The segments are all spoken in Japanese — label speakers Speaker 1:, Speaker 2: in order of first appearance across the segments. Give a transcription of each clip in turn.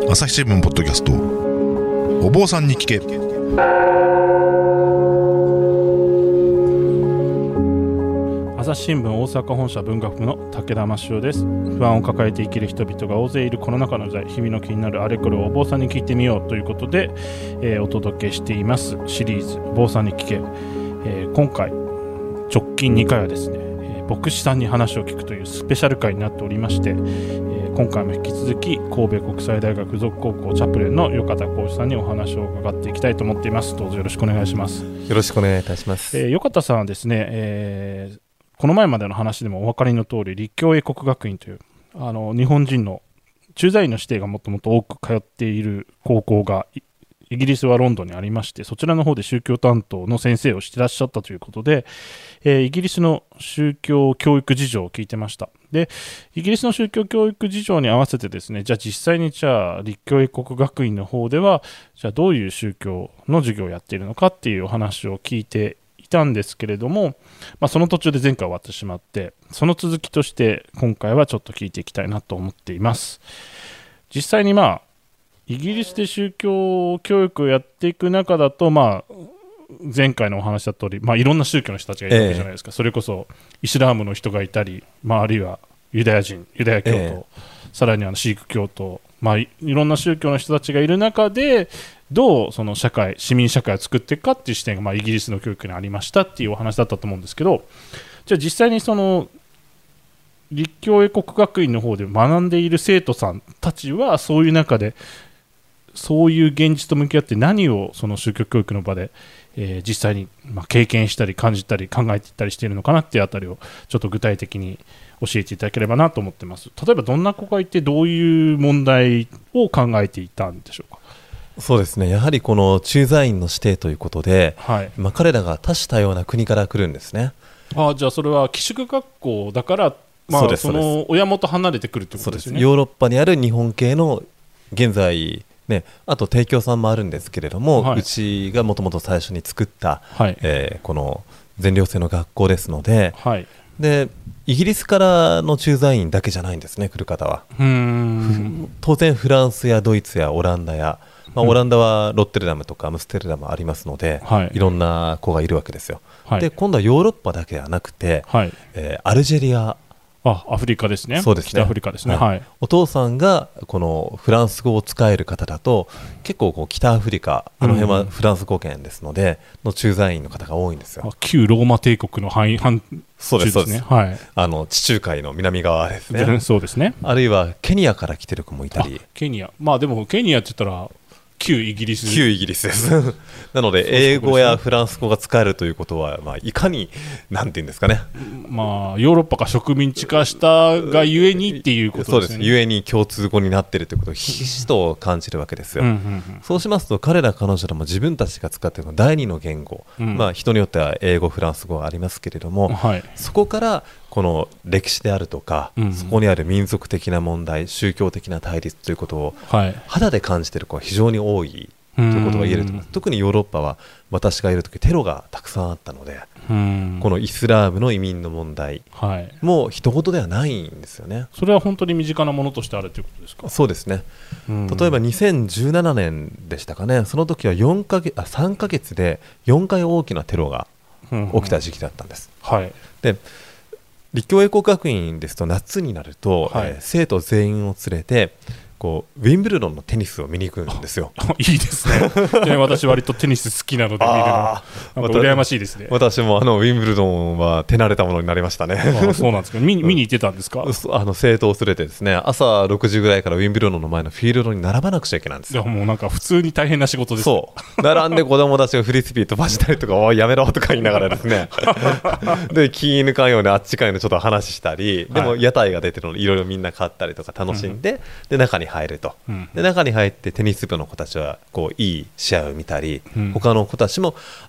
Speaker 1: 朝日新聞ポッドキャスト、お坊さんに聞け。
Speaker 2: 朝日新聞大阪本社文学部の武田真潮です。不安を抱えて生きる人々が大勢いるコロナ禍の時代、日々の気になるあれこれをお坊さんに聞いてみようということで、お届けしていますシリーズお坊さんに聞け。今回直近2回はですね、牧師さんに話を聞くというスペシャル回になっておりまして、今回も引き続き神戸国際大学附属高校チャプレンの横田浩司さんにお話を伺っていきたいと思っています。どうぞよろしくお願いします。
Speaker 3: よろしくお願いいたします。
Speaker 2: 横田さんはですね、この前までの話でもお分かりの通り、立教英国学院という日本人の駐在員の指定がもっともっと多く通っている高校がイギリスはロンドンにありまして、そちらの方で宗教担当の先生をしてらっしゃったということで、イギリスの宗教教育事情を聞いてました。で、イギリスの宗教教育事情に合わせてですね、じゃあ実際に立教英国学院の方ではじゃあどういう宗教の授業をやっているのかっていうお話を聞いていたんですけれども、その途中で前回終わってしまって、その続きとして今回はちょっと聞いていきたいなと思っています。実際にイギリスで宗教教育をやっていく中だと、前回のお話だった通り、いろんな宗教の人たちがいるわけじゃないですか。それこそイスラームの人がいたり、あるいはユダヤ教徒、さらにシーク教徒、いろんな宗教の人たちがいる中で、どうその市民社会を作っていくかっていう視点が、イギリスの教育にありましたっていうお話だったと思うんですけど、じゃあ実際にその立教英国学院の方で学んでいる生徒さんたちは、そういう中でそういう現実と向き合って何をその宗教教育の場で、実際に経験したり感じたり考えていったりしているのかなっていうあたりをちょっと具体的に教えていただければなと思ってます。例えばどんな子がいて、どういう問題を考えていたんでしょうか。
Speaker 3: そうですね、やはりこの駐在員の指定ということで、彼らが多種多様な国から来るんですね。
Speaker 2: じゃあそれは寄宿学校だから、その親元離れてくるということですよね。
Speaker 3: ヨーロッパにある日本系の現在あと帝京さんもあるんですけれども、うちがもともと最初に作った、この全寮制の学校ですので、でイギリスからの駐在員だけじゃないんですね、来る方は。当然フランスやドイツやオランダや、オランダはロッテルダムとかアムステルダムありますので、いろんな子がいるわけですよ。で今度はヨーロッパだけではなくて、アルジェリア、
Speaker 2: アフリカですね。
Speaker 3: そうですね、
Speaker 2: 北アフリカですね。
Speaker 3: お父さんがこのフランス語を使える方だと、結構北アフリカ、あの辺はフランス語圏ですので、の駐在員の方が多いんですよ。
Speaker 2: 旧ローマ帝国の範疇ですね。
Speaker 3: 地中海の南側ですね。
Speaker 2: そうですね。
Speaker 3: あるいはケニアから来てる子もいたり。
Speaker 2: ケニア、でもケニアって言ったら旧イギリス
Speaker 3: ですなので英語やフランス語が使えるということは、いかになんていうんですかね、
Speaker 2: ヨーロッパが植民地化したがゆえにっていうことですね。
Speaker 3: そうです、ゆえに共通語になっているということをひしひしと感じるわけですよ。そうしますと彼ら彼女らも自分たちが使っている第二の言語、人によっては英語フランス語はありますけれども、そこからこの歴史であるとか、そこにある民族的な問題、宗教的な対立ということを肌で感じている子は非常に多いということが言えると思います。特にヨーロッパは私がいるときテロがたくさんあったので、このイスラームの移民の問題も一言ではないんですよね。
Speaker 2: それは本当に身近なものとしてあるということですか。
Speaker 3: そうですね。例えば2017年でしたかね、その時は3ヶ月で4回大きなテロが起きた時期だったんです。で立教英国学院ですと夏になると、生徒全員を連れてウィンブルドンのテニスを見に行くんですよ。
Speaker 2: いいですね私割とテニス好きなので見るの羨ましいですね。
Speaker 3: 私もウィンブルドンは手慣れたものになりましたね。
Speaker 2: そうなんですか。見に行ってたんですか。
Speaker 3: 生徒を連れてですね、朝6時ぐらいからウィンブルドンの前のフィールドに並ばなくちゃいけないんですよ。
Speaker 2: もうなんか普通に大変な仕事です。
Speaker 3: そう並んで子供たちがフリスビー飛ばしたりとかおいやめろとか言いながらですねで気抜かんようにあっちかいのちょっと話したり、でも屋台が出てるのでいろいろみんな買ったりとか楽しんで、で中に入ると、で中に入ってテニス部の子たちはいい試合を見たり、他の子たちも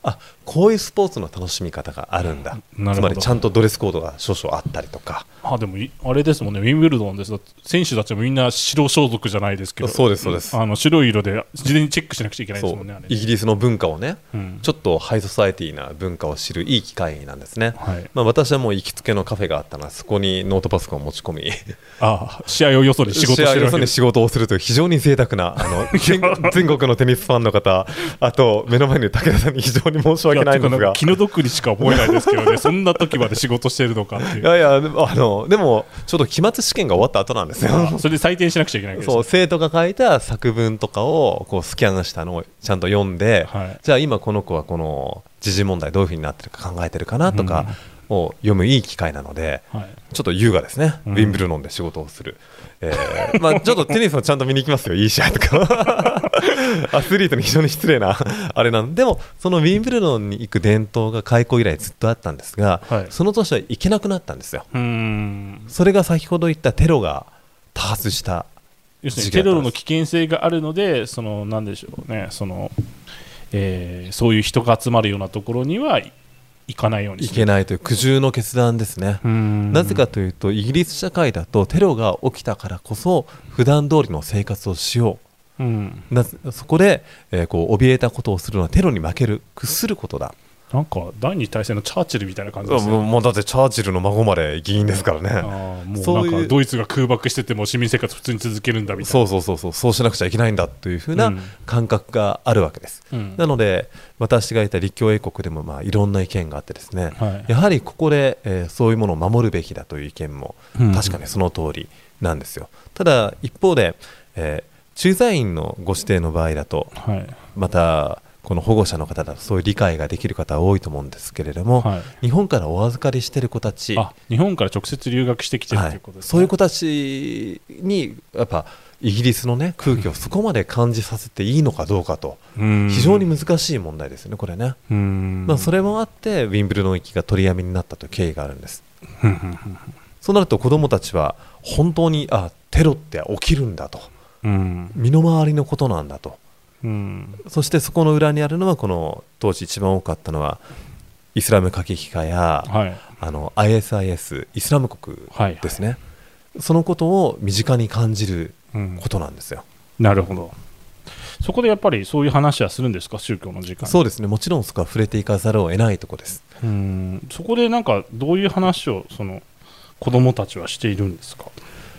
Speaker 3: こういうスポーツの楽しみ方があるんだ、つまりちゃんとドレスコードが少々あったりとか。
Speaker 2: でもあれですもんね、ウィンブルドンですと選手たちもみんな白装束じゃないですけど、
Speaker 3: そうですそうです、
Speaker 2: 白い色で事前にチェックしなくちゃいけないですもんね。
Speaker 3: イギリスの文化をね、ちょっとハイソサエティな文化を知るいい機会なんですね。私はもう行きつけのカフェがあったので、そこにノートパソコンを持ち込み
Speaker 2: 試合をよそで仕事してるわけです。試合をよそ
Speaker 3: で仕事をするという非常に贅沢な全国のテニスファンの方、あと目の前にいる武田さんに非常に申し訳ないんですが、
Speaker 2: 気の毒にしか思えないですけどねそんな時まで仕事してるのかっていう。
Speaker 3: いやいや、でもちょっと期末試験が終わった後なんですよ
Speaker 2: それで採点しなくちゃいけないわけです、
Speaker 3: そう、生徒が書いた作文とかをこうスキャンしたのをちゃんと読んで、じゃあ今この子はこの時事問題どういうふうになってるか考えてるかなとかを読むいい機会なので、ちょっと優雅ですね、ウィンブルドンで仕事をする。ちょっとテニスもちゃんと見に行きますよ、いい試合とかアスリートに非常に失礼なあれなんで、もそのウィンブルドンに行く伝統が開校以来ずっとあったんですが、その年は行けなくなったんですよ。それが先ほど言ったテロが多発した
Speaker 2: 要するにテロの危険性があるので、なんでしょうね、そういう人が集まるようなところには行かないように
Speaker 3: いけないという苦渋の決断ですね。なぜかというと、イギリス社会だとテロが起きたからこそ普段通りの生活をしよう、そこで、こう怯えたことをするのはテロに負ける、屈することだ。
Speaker 2: なんか第二次大戦のチャーチルみたいな感じですね。
Speaker 3: もうだってチャーチルの孫まで議員ですからね。
Speaker 2: もうなんかドイツが空爆してても市民生活普通に続けるんだみたいな。
Speaker 3: そうしなくちゃいけないんだというふうな感覚があるわけです。なので私がいた立教英国でもいろんな意見があってですね、やはりここで、そういうものを守るべきだという意見も確かにその通りなんですよ。ただ一方で、駐在員のご指定の場合だと、またこの保護者の方だとそういう理解ができる方は多いと思うんですけれども、日本からお預かりしている子たち、
Speaker 2: 日本から直接留学してきてるということですね。
Speaker 3: そういう子たちにやっぱイギリスの、ね、空気をそこまで感じさせていいのかどうかと、非常に難しい問題ですよね、これね。それもあってウィンブルドン行きが取りやめになったという経緯があるんです。そうなると子どもたちは本当にテロって起きるんだと、身の回りのことなんだと、そしてそこの裏にあるのは、この当時一番多かったのはイスラム過激化や、ISIS イスラム国ですね、そのことを身近に感じることなんですよ。
Speaker 2: なるほど。そこでやっぱりそういう話はするんですか、宗教の時間。
Speaker 3: そうですね、もちろんそこは触れていかざるを得ないところです。
Speaker 2: そこでなんかどういう話を子どもたちはしているんですか。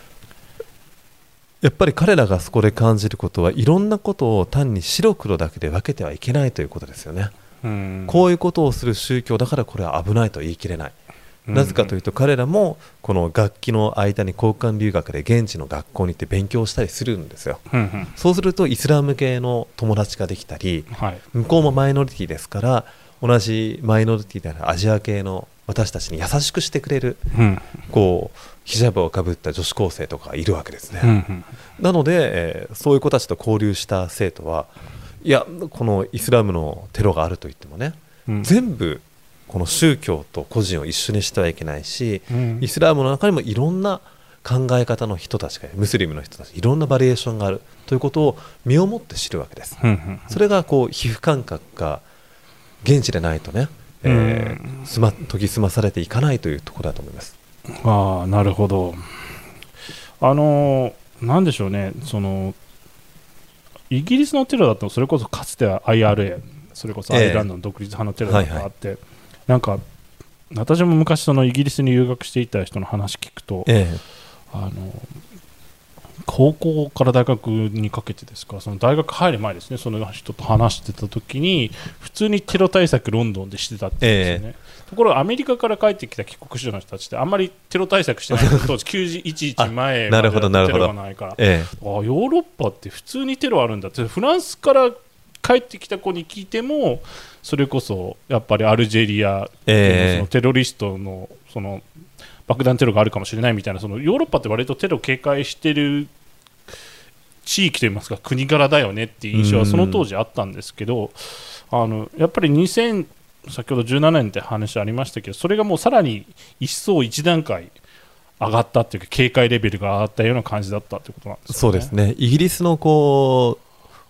Speaker 3: やっぱり彼らがそこで感じることは、いろんなことを単に白黒だけで分けてはいけないということですよね。こういうことをする宗教だからこれは危ないと言い切れない。なぜかというと、彼らもこの楽器の間に交換留学で現地の学校に行って勉強したりするんですよ。そうするとイスラム系の友達ができたり、向こうもマイノリティですから、同じマイノリティであるアジア系の私たちに優しくしてくれる、こうヒジャブをかぶった女子高生とかいるわけですね。なので、そういう子たちと交流した生徒は、いやこのイスラムのテロがあると言ってもね、全部この宗教と個人を一緒にしてはいけないし、イスラムの中にもいろんな考え方の人たちが、ムスリムの人たちいろんなバリエーションがあるということを身をもって知るわけです。それがこう皮膚感覚が現地でないとね、研ぎ澄まされていかないというところだと思います。
Speaker 2: なるほど。なんでしょうね、イギリスのテロだと、それこそかつては IRA、それこそアイルランドの独立派のテロがあって、なんか私も昔イギリスに留学していた人の話聞くと、高校から大学にかけてですか、その大学入る前ですね、その人と話してた時に普通にテロ対策ロンドンでしてたって言うんですよね。ところがアメリカから帰ってきた帰国子女の人たちってあんまりテロ対策してない当時911前までテロがないから、ヨーロッパって普通にテロあるんだって、フランスから帰ってきた子に聞いても、それこそやっぱりアルジェリアのテロリストの爆弾テロがあるかもしれないみたいな、ヨーロッパって割とテロ警戒してる地域といいますか国柄だよねっていう印象はその当時あったんですけど、やっぱり先ほど17年って話ありましたけど、それがもうさらに一層一段階上がったっていうか、警戒レベルが上がったような感じだったということなんですね。
Speaker 3: そうですね、イギリスの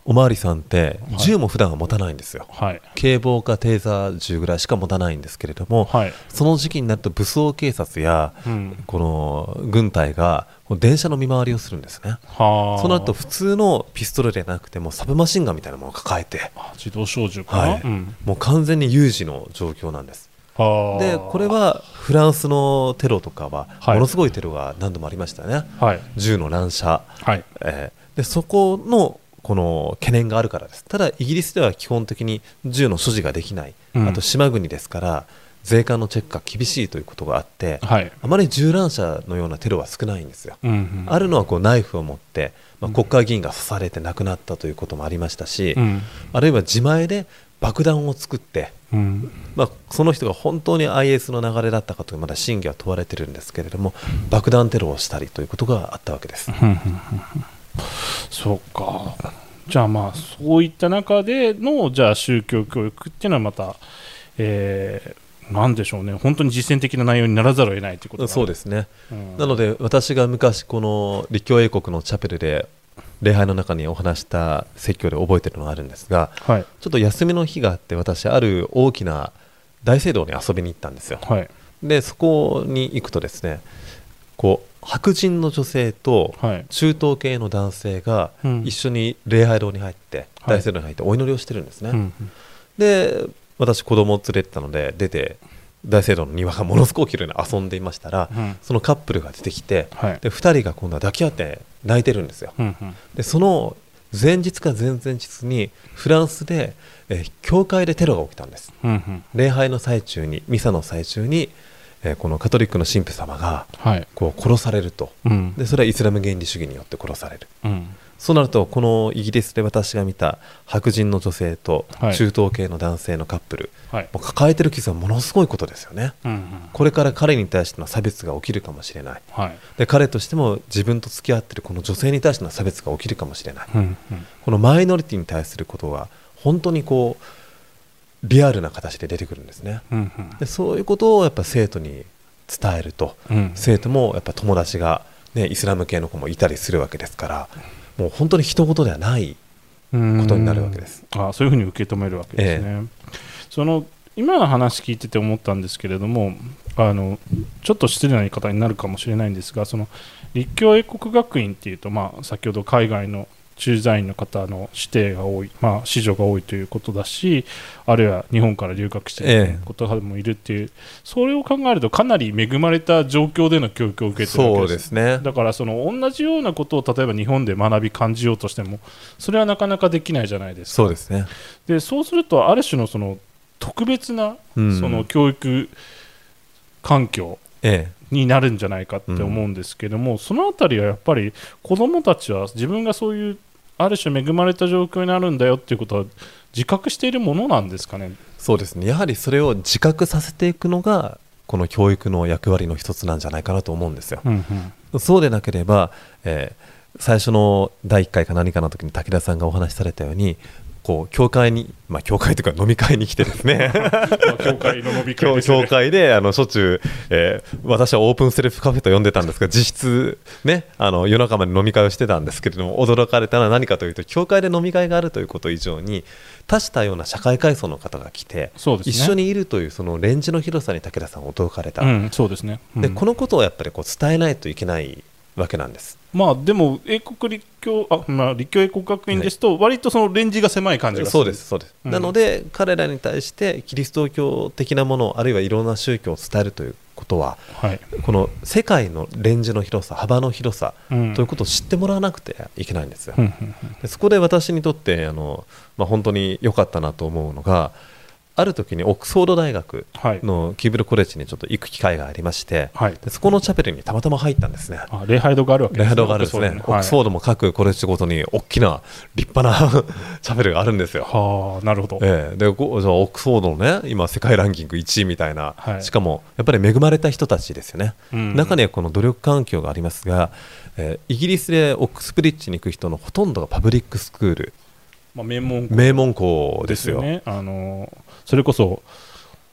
Speaker 3: おまわりさんって銃も普段は持たないんですよ、
Speaker 2: はい、
Speaker 3: 警棒かテーザー銃ぐらいしか持たないんですけれども、はい、その時期になると武装警察や、この軍隊が電車の見回りをするんですね。そうなると普通のピストルではなくてもサブマシンガンみたいなものを抱えて、
Speaker 2: 自動小銃かな、
Speaker 3: はい、もう完全に有事の状況なんです。でこれはフランスのテロとかはものすごいテロが何度もありましたね、はい、銃の乱射、はい、でそこのこの懸念があるからです。ただイギリスでは基本的に銃の所持ができない、あと島国ですから税関のチェックが厳しいということがあって、はい、あまり銃乱射のようなテロは少ないんですよ、あるのはこうナイフを持って、国会議員が刺されて亡くなったということもありましたし、あるいは自前で爆弾を作って、その人が本当に IS の流れだったかというまだ真偽は問われているんですけれども、爆弾テロをしたりということがあったわけです。
Speaker 2: そうか。じゃあそういった中でのじゃあ宗教教育っていうのはまた、なんでしょうね、本当に実践的な内容にならざるを得ないということ
Speaker 3: そうですね、なので私が昔この立教英国のチャペルで礼拝の中にお話した説教で覚えているのがあるんですが、はい、ちょっと休みの日があって私ある大きな大聖堂に遊びに行ったんですよ、はい、でそこに行くとですね、こう白人の女性と中東系の男性が一緒に礼拝堂に入って、大聖堂に入ってお祈りをしてるんですね、で私子供を連れてたので出て大聖堂の庭がものすごく綺麗に遊んでいましたら、そのカップルが出てきて、で2人が今度は抱き合って泣いてるんですよ、でその前日か前々日にフランスで、教会でテロが起きたんです、礼拝の最中にミサの最中にこのカトリックの神父様がこう殺されると、でそれはイスラム原理主義によって殺される、そうなるとこのイギリスで私が見た白人の女性と中東系の男性のカップル、もう抱えている傷はものすごいことですよね、これから彼に対しての差別が起きるかもしれない、で彼としても自分と付き合っているこの女性に対しての差別が起きるかもしれない、このマイノリティに対することが本当にこうリアルな形で出てくるんですね、でそういうことをやっぱ生徒に伝えると、生徒もやっぱ友達が、イスラム系の子もいたりするわけですから、もう本当に一言ではないことになるわけです。
Speaker 2: そういうふうに受け止めるわけですね、その今の話聞いてて思ったんですけれども、ちょっと失礼な言い方になるかもしれないんですが、その立教英国学院っていうと、先ほど海外の駐在員の方の指定が多い、子女が多いということだし、あるいは日本から留学している方もいるっていう、それを考えるとかなり恵まれた状況での教育を受けているわけです。
Speaker 3: そうですね。
Speaker 2: だからその同じようなことを例えば日本で学び感じようとしてもそれはなかなかできないじゃないですか。
Speaker 3: そうですね。
Speaker 2: でそうするとある種のその特別なその教育環境になるんじゃないかって思うんですけども、そのあたりはやっぱり子どもたちは自分がそういうある種恵まれた状況になるんだよっていうことは自覚しているものなんですかね。
Speaker 3: そうですね、やはりそれを自覚させていくのがこの教育の役割の一つなんじゃないかなと思うんですよ、そうでなければ、最初の第1回か何かの時に武田さんがお話しされたようにこう教会に、教会というか飲み会に来てですね
Speaker 2: 教会の飲み会ですね。
Speaker 3: 教会でしょっちゅう、私はオープンセルフカフェと呼んでたんですが、実質ね夜中まで飲み会をしてたんですけれども、驚かれたのは何かというと、教会で飲み会があるということ以上に多種多様な社会階層の方が来て、一緒にいるというそのレンジの広さに武田さん驚かれた、
Speaker 2: そうですね、
Speaker 3: でこのことをやっぱりこう伝えないといけないわけなんです。
Speaker 2: でも立教英国学院ですと割とそのレンジが狭い感じがする。
Speaker 3: そうです、なので彼らに対してキリスト教的なもの、あるいはいろんな宗教を伝えるということは、この世界のレンジの広さ、幅の広さ、ということを知ってもらわなくていけないんですよ、でそこで私にとって本当に良かったなと思うのが、ある時にオックスフォード大学のキーブルコレッジにちょっと行く機会がありまして、でそこのチャペルにたまたま入ったんですね。
Speaker 2: 礼拝堂があるわけですね。
Speaker 3: 礼拝堂があるんですね。オックスフォードも各コレッジごとに大きな立派なチャペルがあるんですよ。
Speaker 2: なるほど。
Speaker 3: でじゃあオックスフォードのね今世界ランキング1位みたいな、しかもやっぱり恵まれた人たちですよね、中にはこの努力環境がありますが、イギリスでオックスブリッジに行く人のほとんどがパブリックスクール、名門校ですよね。
Speaker 2: それこそ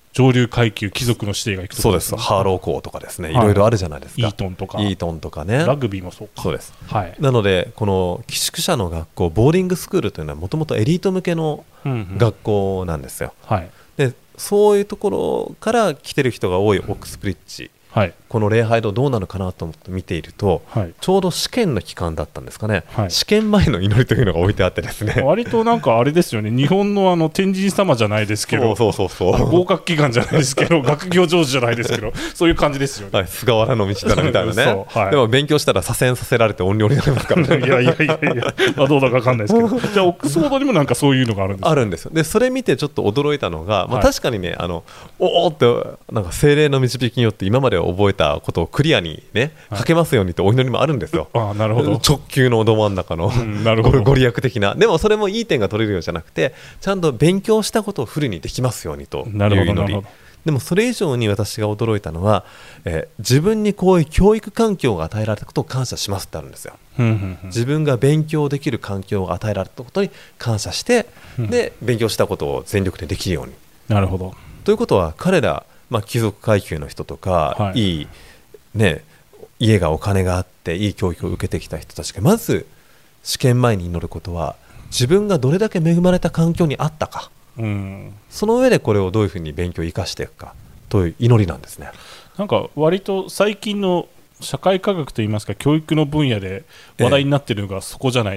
Speaker 2: 上流階級貴族の指定が行くところです、ね、
Speaker 3: そうです。ハーロー校とかですね、いろいろあるじゃないですか。
Speaker 2: イートンとか
Speaker 3: ね、
Speaker 2: ラグビーもそうか。
Speaker 3: そうです、
Speaker 2: はい、
Speaker 3: なのでこの寄宿舎の学校、ボーディングスクールというのはもともとエリート向けの学校なんですよ、
Speaker 2: はい、
Speaker 3: でそういうところから来てる人が多いオックスブリッジ、はい、この礼拝堂どうなるかなと思って見ていると、はい、ちょうど試験の期間だったんですかね、はい、試験前の祈りというのが置いてあってですね、
Speaker 2: 割となんかあれですよね、日本の天神様じゃないですけど、合格祈願じゃないですけど学業成就じゃないですけどそういう感じですよね、
Speaker 3: はい、菅原道真みたいなねはい、でも勉強したら左遷させられて怨霊になりますからね
Speaker 2: いや、まあ、どうだか分かんないですけどじゃあオックスフォードにもなんかそういうのがあるんですか？
Speaker 3: あるんですよ。でそれ見てちょっと驚いたのが、まあ、確かにね、おーってなんか精霊の導きによって今まで覚えたことをクリアにね書けますようにってお祈りもあるんですよ。
Speaker 2: あ、なるほど。
Speaker 3: 直球のど真ん中の、ご利益的な。でもそれもいい点が取れるようじゃなくて、ちゃんと勉強したことをフルにできますようにという祈り。でもそれ以上に私が驚いたのは、自分にこういう教育環境が与えられたことを感謝しますってあるんですよ。自分が勉強できる環境を与えられたことに感謝して、で勉強したことを全力でできるように。
Speaker 2: なるほど。
Speaker 3: ということは彼ら、貴族階級の人とか、いいね、家がお金があっていい教育を受けてきた人たちがまず試験前に祈ることは、自分がどれだけ恵まれた環境にあったか、その上でこれをどういうふうに勉強を生かしていくかという祈りなんですね。
Speaker 2: なんか割と最近の社会科学といいますか教育の分野で話題になっているのがそこじい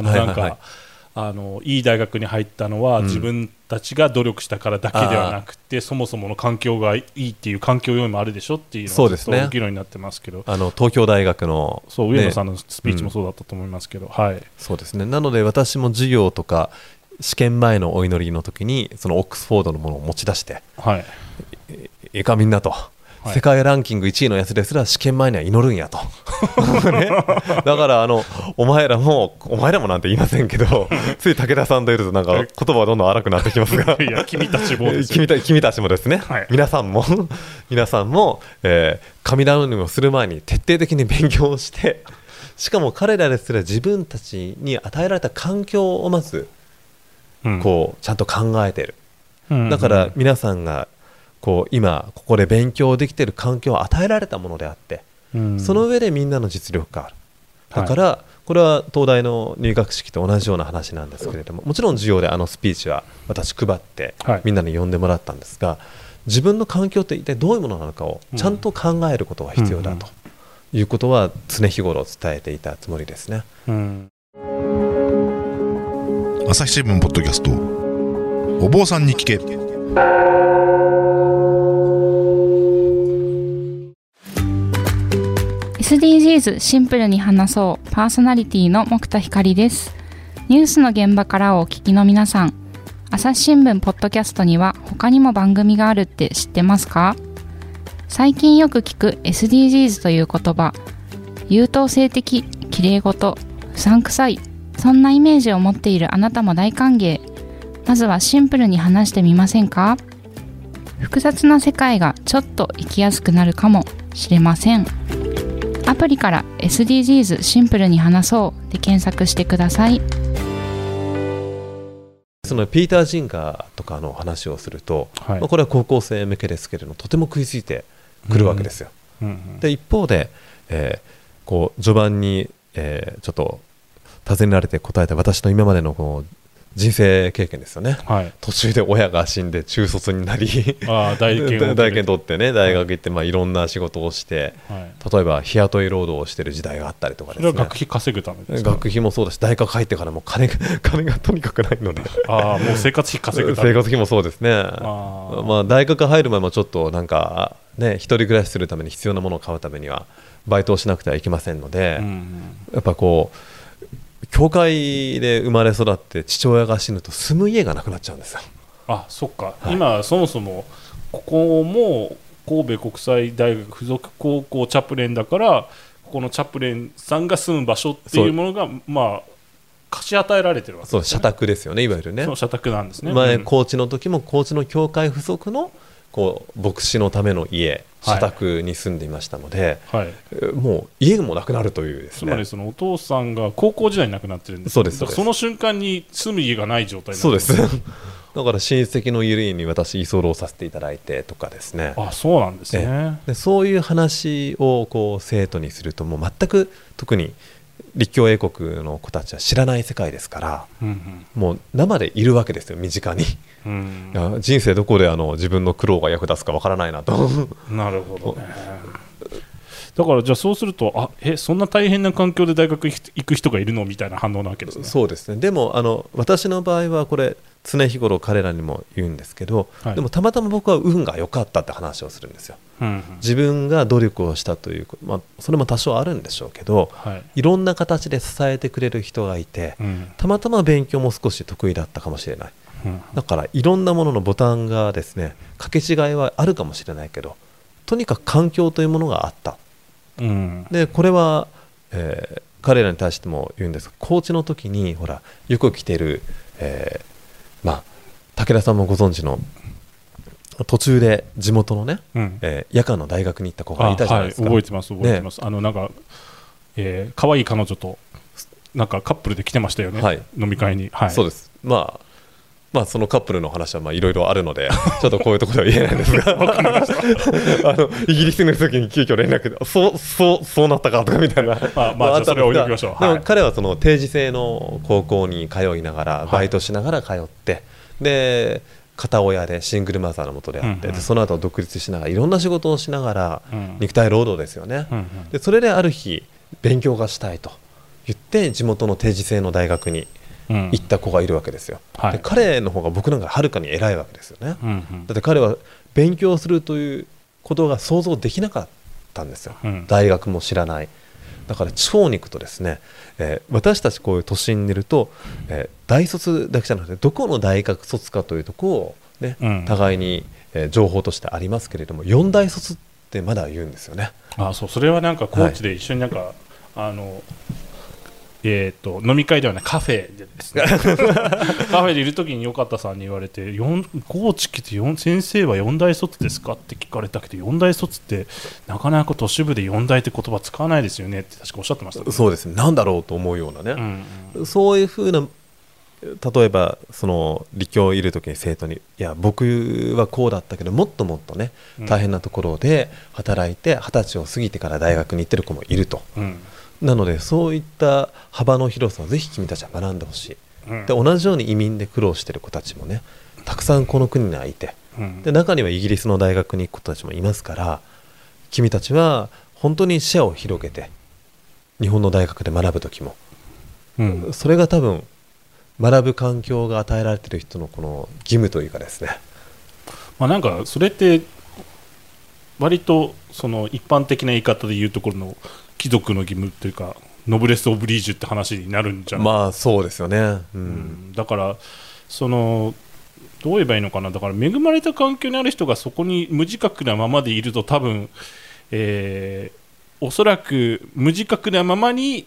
Speaker 2: い大学に入ったのは自分たちが努力したからだけではなくて、そもそもの環境がいいっていう環境要因もあるでしょっていうのがずっと議論になってますけど、
Speaker 3: 東京大学の、
Speaker 2: 上野さんのスピーチもそうだったと思いますけど、
Speaker 3: そうですね。なので私も授業とか試験前のお祈りの時にそのオックスフォードのものを持ち出して、いいかみんなと、世界ランキング1位のやつですら試験前には祈るんやと、ね、だからお前らもなんて言いませんけどつい武田さんといるとなんか言葉はどんどん荒くなってきますが
Speaker 2: いや君たちもです
Speaker 3: 君たちもですね、皆さんも神頼みをする前に徹底的に勉強をして、しかも彼らですら自分たちに与えられた環境をまずこうちゃんと考えている、だから皆さんが今ここで勉強できている環境を与えられたものであって、その上でみんなの実力がある。だからこれは東大の入学式と同じような話なんですけれども、もちろん授業でスピーチは私配ってみんなに読んでもらったんですが、自分の環境って一体どういうものなのかをちゃんと考えることが必要だということは常日頃伝えていたつもりですね。
Speaker 1: 朝日新聞ポッドキャスト、お坊さんに聞け。
Speaker 4: SDGs シンプルに話そうパーソナリティの木田光です。ニュースの現場からお聞きの皆さん、朝日新聞ポッドキャストには他にも番組があるって知ってますか？最近よく聞く SDGs という言葉、優等生的、きれいごと、うさんくさい、そんなイメージを持っているあなたも大歓迎。まずはシンプルに話してみませんか？複雑な世界がちょっと生きやすくなるかもしれません。アプリから SDGs シンプルに話そうで検索してください。
Speaker 3: そのピーター・ジンガーとかの話をすると、これは高校生向けですけれどもとても食いついてくるわけですよ。で一方で、序盤に、ちょっと尋ねられて答えた私の今までの人生経験ですよね、途中で親が死んで中卒になり大研取ってね、大学行って、いろんな仕事をして、例えば日雇い労働をしている時代があったりとかですね。
Speaker 2: 学費稼ぐためですか？
Speaker 3: 学費もそうだし、大学入ってからも金がとにかくないので
Speaker 2: もう生活費稼ぐため。
Speaker 3: 生活費もそうですね。大学入る前もちょっとなんかね、一人暮らしするために必要なものを買うためにはバイトをしなくてはいけませんので、やっぱ教会で生まれ育って父親が死ぬと住む家がなくなっちゃうんですよ。
Speaker 2: そっか、今そもそもここも神戸国際大学附属高校チャプレンだから、ここのチャプレンさんが住む場所っていうものが貸し与えられてるわけですね。
Speaker 3: 社宅ですよね、いわゆるね。
Speaker 2: 社宅なんですね。
Speaker 3: 前高知の時も高知の教会附属の牧師のための家、社宅に住んでいましたので、もう家もなくなるというですね。
Speaker 2: つまりそのお父さんが高校時代に亡くなってるんです。
Speaker 3: そうです。
Speaker 2: その瞬間に住む家がない状態なん
Speaker 3: です。そうですだから親戚の家に私居候させていただいてとかですね。
Speaker 2: あ、そうなんですね。
Speaker 3: でそういう話をこう生徒にするともう全く特に立教英国の子たちは知らない世界ですから、もう生でいるわけですよ、身近に。いや人生どこで自分の苦労が役立つかわからないなと。
Speaker 2: なるほどね。だからじゃあそうするとそんな大変な環境で大学行く人がいるのみたいな反応なわけですね。
Speaker 3: そうですね。でも私の場合はこれ常日頃彼らにも言うんですけど、でもたまたま僕は運が良かったって話をするんですよ。自分が努力をしたという、それも多少あるんでしょうけど、いろんな形で支えてくれる人がいて、たまたま勉強も少し得意だったかもしれない。だからいろんなもののボタンがですね、掛け違いはあるかもしれないけど、とにかく環境というものがあった。でこれは、彼らに対しても言うんですが、コーチの時にほらよく来てる、武田さんもご存知の途中で地元のね、夜間の大学に行った子がいたじゃないですか。
Speaker 2: 覚えてます覚えてます、なんか可愛い彼女となんかカップルで来てましたよね、飲み会に。
Speaker 3: そうです。そのカップルの話はいろいろあるのでちょっとこういうところでは言えないんですがイギリスにいる時に急遽連絡でそうなったかとかみたいな
Speaker 2: それを置いておきましょう。
Speaker 3: でも彼はその定時制の高校に通いながらバイトしながら通って、で片親でシングルマザーのもとであって、でその後独立しながらいろんな仕事をしながら、肉体労働ですよね。でそれである日勉強がしたいと言って地元の定時制の大学に行った子がいるわけですよ。で彼の方が僕なんかはるかに偉いわけですよね。だって彼は勉強するということが想像できなかったんですよ。大学も知らない。だから地方に行くとですね、私たちこういう都心にいると、大卒だけじゃなくてどこの大学卒かというところを、ね互いに、情報としてありますけれども、4大卒ってまだ言うんですよね。
Speaker 2: それはなんかコーチで一緒になんか、飲み会ではないカフェでですねカフェでいるときによかったさんに言われて、コーチ来て先生は4大卒ですかって聞かれたけど、4大卒ってなかなか都市部で4大って言葉使わないですよねって確かおっしゃってました、ね。
Speaker 3: そうですね。なんだろうと思うようなね、そういうふうな、例えばその立教いるときに生徒に、いや僕はこうだったけどもっともっとね大変なところで働いて20歳を過ぎてから大学に行ってる子もいると。なのでそういった幅の広さをぜひ君たちは学んでほしい、で同じように移民で苦労している子たちもねたくさんこの国にはいて、で中にはイギリスの大学に行く子たちもいますから、君たちは本当に視野を広げて日本の大学で学ぶ時も、それが多分学ぶ環境が与えられている人のこの義務というかですね、
Speaker 2: なんかそれって割とその一般的な言い方で言うところの貴族の義務というかノブレス・オブリージュって話になるんじゃない。
Speaker 3: そうですよね、
Speaker 2: だからそのどう言えばいいのかな。だから恵まれた環境にある人がそこに無自覚なままでいると多分、おそらく無自覚なままに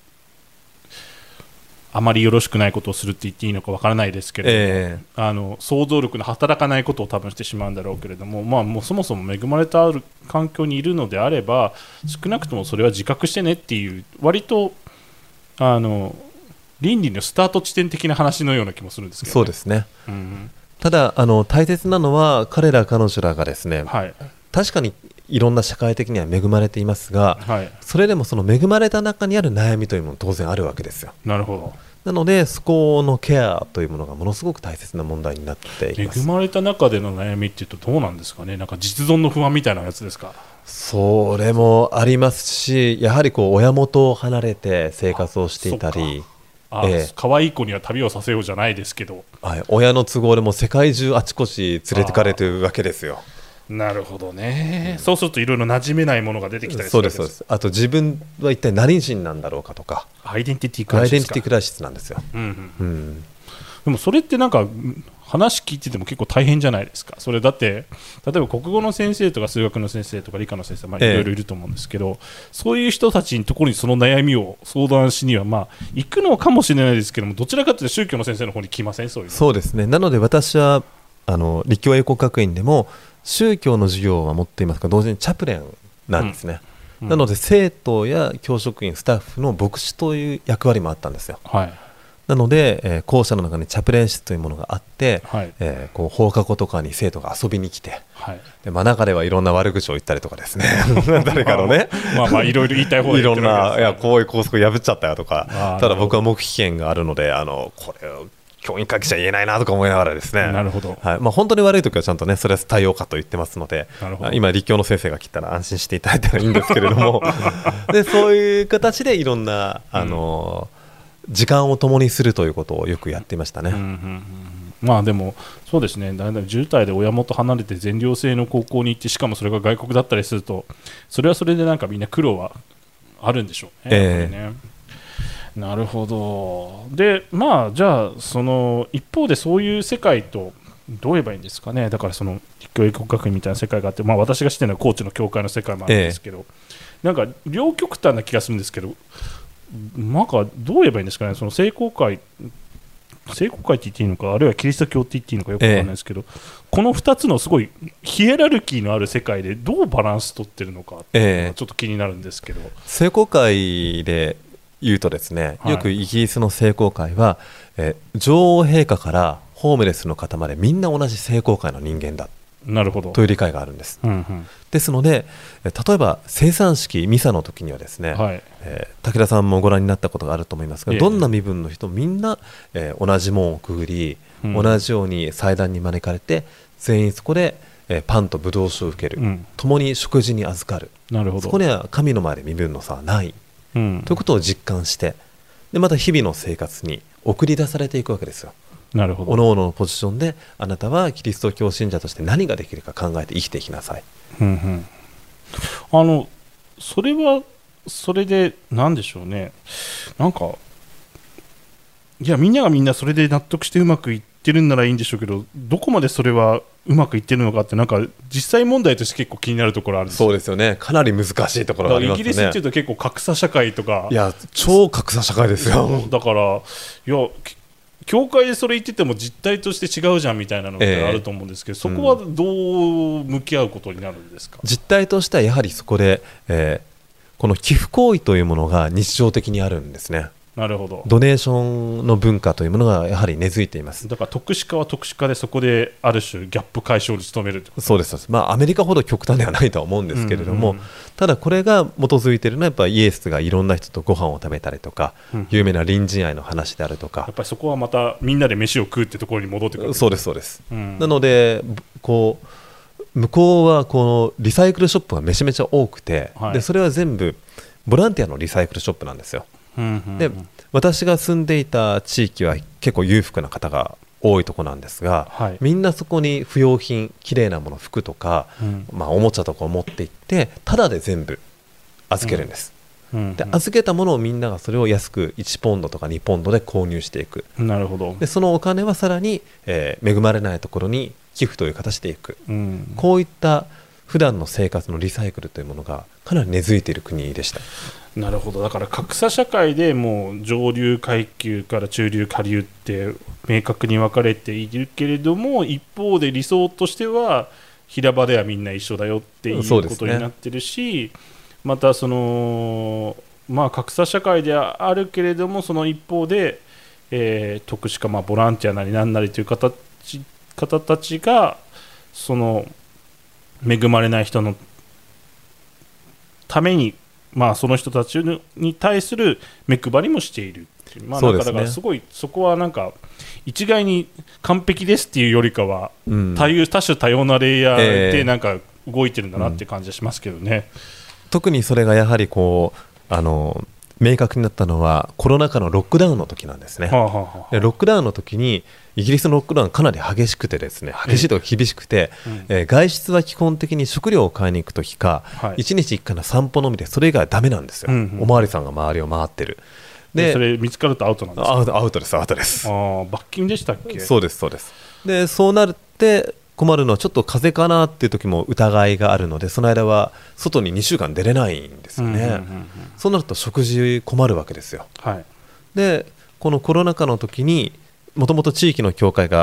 Speaker 2: あまりよろしくないことをするって言っていいのかわからないですけれども、想像力の働かないことを多分してしまうんだろうけれども、もうそもそも恵まれた環境にいるのであれば少なくともそれは自覚してねっていう、割と倫理のスタート地点的な話のような気もするんですけど、ね、
Speaker 3: そうですね、ただ大切なのは彼ら彼女らがですね、確かにいろんな社会的には恵まれていますが、それでもその恵まれた中にある悩みというものも当然あるわけですよ。
Speaker 2: なるほど。
Speaker 3: なのでそこのケアというものがものすごく大切な問題になっています。
Speaker 2: 恵まれた中での悩みっていうとどうなんですかね。なんか実存の不安みたいなやつですか。
Speaker 3: それもありますし、やはりこう親元を離れて生活をしていたり、
Speaker 2: 可愛い子には旅をさせようじゃないですけど、
Speaker 3: 親の都合でも世界中あちこち連れてかれてるわけですよ。
Speaker 2: なるほどね、そうするといろいろ馴染めないものが出てきたりするわけです。
Speaker 3: そうです。あと自分は一体何人なんだろうかとか、
Speaker 2: アイデンティティクライシスか。アイデンティティ
Speaker 3: クライシスなんですよ。
Speaker 2: でもそれってなんか話聞いてても結構大変じゃないですか。それだって例えば国語の先生とか数学の先生とか理科の先生、いろいろいると思うんですけど、そういう人たちのところにその悩みを相談しには行くのかもしれないですけども、どちらかというと宗教の先生の方に来ません？
Speaker 3: そうですね。なので私は立教英国学院でも宗教の授業は持っていますが、同時にチャプレンなんですね。なので生徒や教職員スタッフの牧師という役割もあったんですよ。 なので、校舎の中にチャプレン室というものがあって、
Speaker 2: はい、
Speaker 3: こう放課後とかに生徒が遊びに来て、
Speaker 2: はい、
Speaker 3: で中ではいろんな悪口を言ったりとかですね誰かのね
Speaker 2: まあいろいろ言いたい方で言ってるわけです、ね、
Speaker 3: いろんな、いやこういう校則破っちゃったよとか、ただ僕は黙秘権があるのでこれを教員会議者言えないなとか思いながらですね、
Speaker 2: なるほど、
Speaker 3: はい、まあ、本当に悪いときはちゃんとねそれは対応かと言ってますので、今立教の先生が来たら安心していただいたらいいんですけれどもでそういう形でいろんな時間を共にするということをよくやっていましたね。
Speaker 2: まあでもそうですね、だんだん10代で親元離れて全寮制の高校に行って、しかもそれが外国だったりすると、それはそれでなんかみんな苦労はあるんでしょうね、やっぱりね。なるほど。でまあじゃあその一方でそういう世界とどう言えばいいんですかね。だからその立教英国学院みたいな世界があって、まあ、私が知っているのは高知の教会の世界もあるんですけど、なんか両極端な気がするんですけど、なんかどう言えばいいんですかね。その聖公会って言っていいのか、あるいはキリスト教って言っていいのかよくわからないですけど、この2つのすごいヒエラルキーのある世界でどうバランス取ってるのかっていうのがちょっと気になるんですけど、
Speaker 3: 聖公会で言うとですね、よくイギリスの聖公会は、女王陛下からホームレスの方までみんな同じ聖公会の人間だという理解があるんです、ですので例えば生産式ミサの時にはですね、武田さんもご覧になったことがあると思いますが、どんな身分の人みんな、同じ門をくぐり、同じように祭壇に招かれて全員そこで、パンとブドウ酒を受ける、共に食事に預かる。なるほど。そこには神の前で身分の差はない、ということを実感して、でまた日々の生活に送り出されていくわけですよ。なるほど。各々のポジションであなたはキリスト教信者として何ができるか考えて生きていきなさい。
Speaker 2: それはそれで何でしょうね。なんかいやみんながみんなそれで納得してうまくいってるんならいいんでしょうけど、どこまでそれはうまくいってるのかってなんか実際問題として結構気になるところあるんですよ。
Speaker 3: そうですよね。かなり難しいところがありますね。
Speaker 2: イギリスっていうと結構格差社会とか、
Speaker 3: いや超格差社会ですよ。
Speaker 2: だからいや教会でそれ言ってても実態として違うじゃんみたいなのがあると思うんですけど、そこはどう向き合うことになるんですか。
Speaker 3: 実態としてはやはりそこで、この寄付行為というものが日常的にあるんですね。なるほど。ドネーションの文化というものがやはり根付いています。
Speaker 2: だから特殊化は特殊化でそこである種ギャップ解消に努める。
Speaker 3: そうです。まあアメリカほど極端ではないとは思うんですけれども、ただこれが基づいているのはやっぱりイエスがいろんな人とご飯を食べたりとか、有名な隣人愛の話であるとか、
Speaker 2: やっぱりそこはまたみんなで飯を食うってところに戻ってくる。
Speaker 3: そうですそうです、なのでこう向こうはこのリサイクルショップがめちゃめちゃ多くて、でそれは全部ボランティアのリサイクルショップなんですよ。で私が住んでいた地域は結構裕福な方が多いところなんですが、みんなそこに不用品、きれいなもの、服とか、おもちゃとかを持って行ってタダで全部預けるんです。で預けたものをみんながそれを安く1ポンドとか2ポンドで購入していく。
Speaker 2: なるほど。
Speaker 3: でそのお金はさらに、恵まれないところに寄付という形でいく、こういった普段の生活のリサイクルというものがかなり根付いている国でした。
Speaker 2: なるほど。だから格差社会でもう上流階級から中流下流って明確に分かれているけれども、一方で理想としては平場ではみんな一緒だよっていうことになってるし、またその格差社会ではあるけれども、その一方で、特殊化、ボランティアなりなんなりという方たちがその恵まれない人のために、その人たちに対する目配りもしているっていう、だからすごいそこはなんか一概に完璧ですっていうよりかは、多種多様なレイヤーでなんか動いてるんだなっていう感じがしますけどね。
Speaker 3: 特にそれがやはりこう明確になったのはコロナ禍のロックダウンの時なんですね。でロックダウンの時にイギリスのロックダウンかなり激しくてですね、激しいとか厳しくて、外出は基本的に食料を買いに行く時か、1日1回の散歩のみで、それ以外はダメなんですよ。おまわりさんが周りを回ってる。
Speaker 2: でそれ見つかるとアウトなんですか。
Speaker 3: アウトです。
Speaker 2: 罰金でしたっけ。
Speaker 3: そうです。でそうなって困るのはちょっと風邪かなっていう時も疑いがあるので、その間は外に2週間出れないんですよね。そうなると食事困るわけですよ。でこのコロナ禍の時にもともと地域の教会が、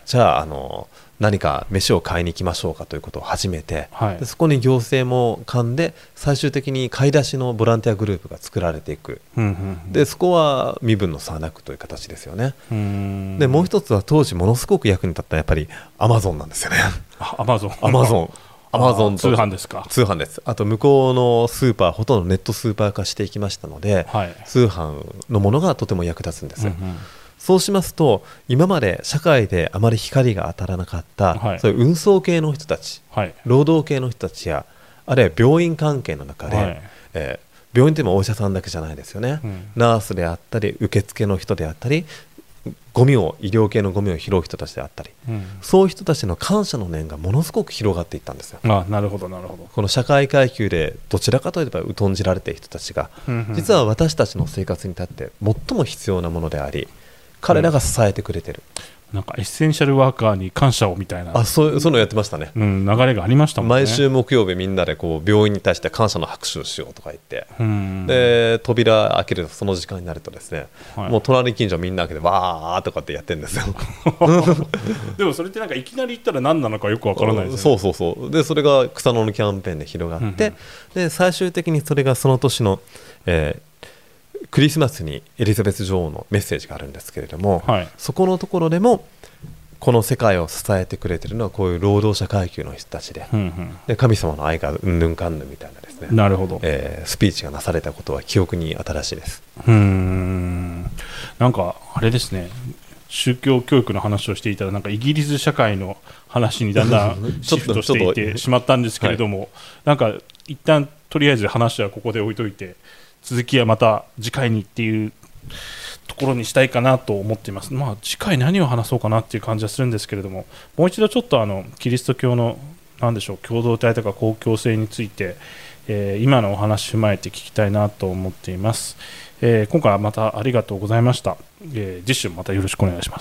Speaker 3: じゃあ何か飯を買いに行きましょうかということを始めて、
Speaker 2: はい、
Speaker 3: でそこに行政も噛んで最終的に買い出しのボランティアグループが作られていく、でそこは身分の差なくという形ですよね。でもう一つは当時ものすごく役に立ったやっぱりアマゾンなんですよね。
Speaker 2: アマゾン通販ですか。
Speaker 3: 通販です。あと向こうのスーパーほとんどネットスーパー化していきましたので、
Speaker 2: はい、
Speaker 3: 通販のものがとても役立つんです、そうしますと今まで社会であまり光が当たらなかった、はい、そういう運送系の人たち、はい、労働系の人たちやあるいは病院関係の中で、はい、病院でもお医者さんだけじゃないですよね、ナースであったり受付の人であったり医療系のゴミを拾う人たちであったり、そういう人たちの感謝の念がものすごく広がっていったんですよ。
Speaker 2: なるほどなるほど。
Speaker 3: この社会階級でどちらかといえば疎んじられている人たちが、実は私たちの生活に立って最も必要なものであり彼らが支えてくれてる、
Speaker 2: なんかエッセンシャルワーカーに感謝をみたいな、
Speaker 3: そういうのやってましたね、
Speaker 2: 流れがありましたもんね。
Speaker 3: 毎週木曜日みんなでこう病院に対して感謝の拍手をしようとか言って、で扉開けるその時間になるとですね、はい、もう隣近所みんな開けてわーとかってやってるんですよ
Speaker 2: でもそれってなんかいきなり言ったら何なのかよくわからないですね。
Speaker 3: そうでそれが草の根キャンペーンで広がって、で最終的にそれがその年の、クリスマスにエリザベス女王のメッセージがあるんですけれども、はい、そこのところでもこの世界を支えてくれているのはこういう労働者階級の人たちで、で神様の愛がうんぬんかんぬんみたいなですね、
Speaker 2: なるほど、
Speaker 3: スピーチがなされたことは記憶に新しいです。
Speaker 2: なんかあれですね、宗教教育の話をしていたらなんかイギリス社会の話にだんだんシフトしていってしまったんですけれども、はい、なんか一旦とりあえず話はここで置いといて続きはまた次回にっていうところにしたいかなと思っています。次回何を話そうかなっていう感じはするんですけれども、もう一度ちょっとキリスト教の何でしょう、共同体とか公共性について、今のお話を踏まえて聞きたいなと思っています。今回はまたありがとうございました。次週もまたよろしくお願いします。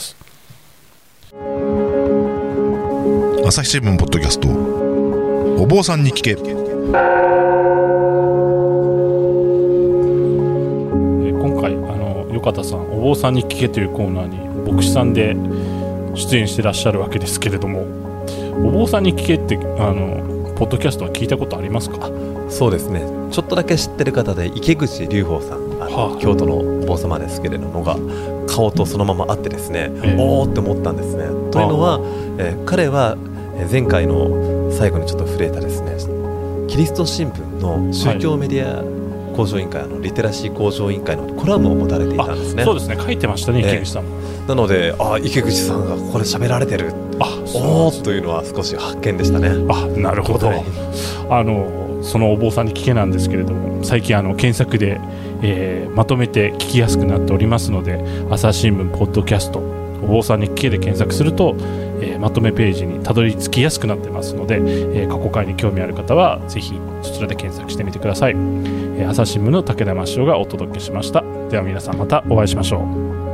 Speaker 1: 朝日新聞ポッドキャスト、お坊さんに聞け。
Speaker 2: 岡田さん、お坊さんに聞けというコーナーに牧師さんで出演してらっしゃるわけですけれども、お坊さんに聞けってポッドキャストは聞いたことありますか？
Speaker 3: そうですね、ちょっとだけ知ってる方で池口隆法さん、京都のお坊様ですけれどもが顔とそのまま会ってですね、おーって思ったんですね。というのは、彼は前回の最後にちょっと触れたですね、キリスト新聞の宗教メディア向上委員会、リテラシー向上委員会のコラムを持たれていたんですね。
Speaker 2: そうですね、書いてましたね、池口さんも。
Speaker 3: なので池口さんがここで喋られてる、おーというのは少し発見でしたね。
Speaker 2: なるほど。そのお坊さんに聞けなんですけれども、最近検索で、まとめて聞きやすくなっておりますので、朝日新聞ポッドキャストお坊さんに聞けで検索すると、まとめページにたどり着きやすくなってますので、過去回に興味ある方はぜひそちらで検索してみてください。朝日新聞の武田真史夫がお届けしました。では皆さんまたお会いしましょう。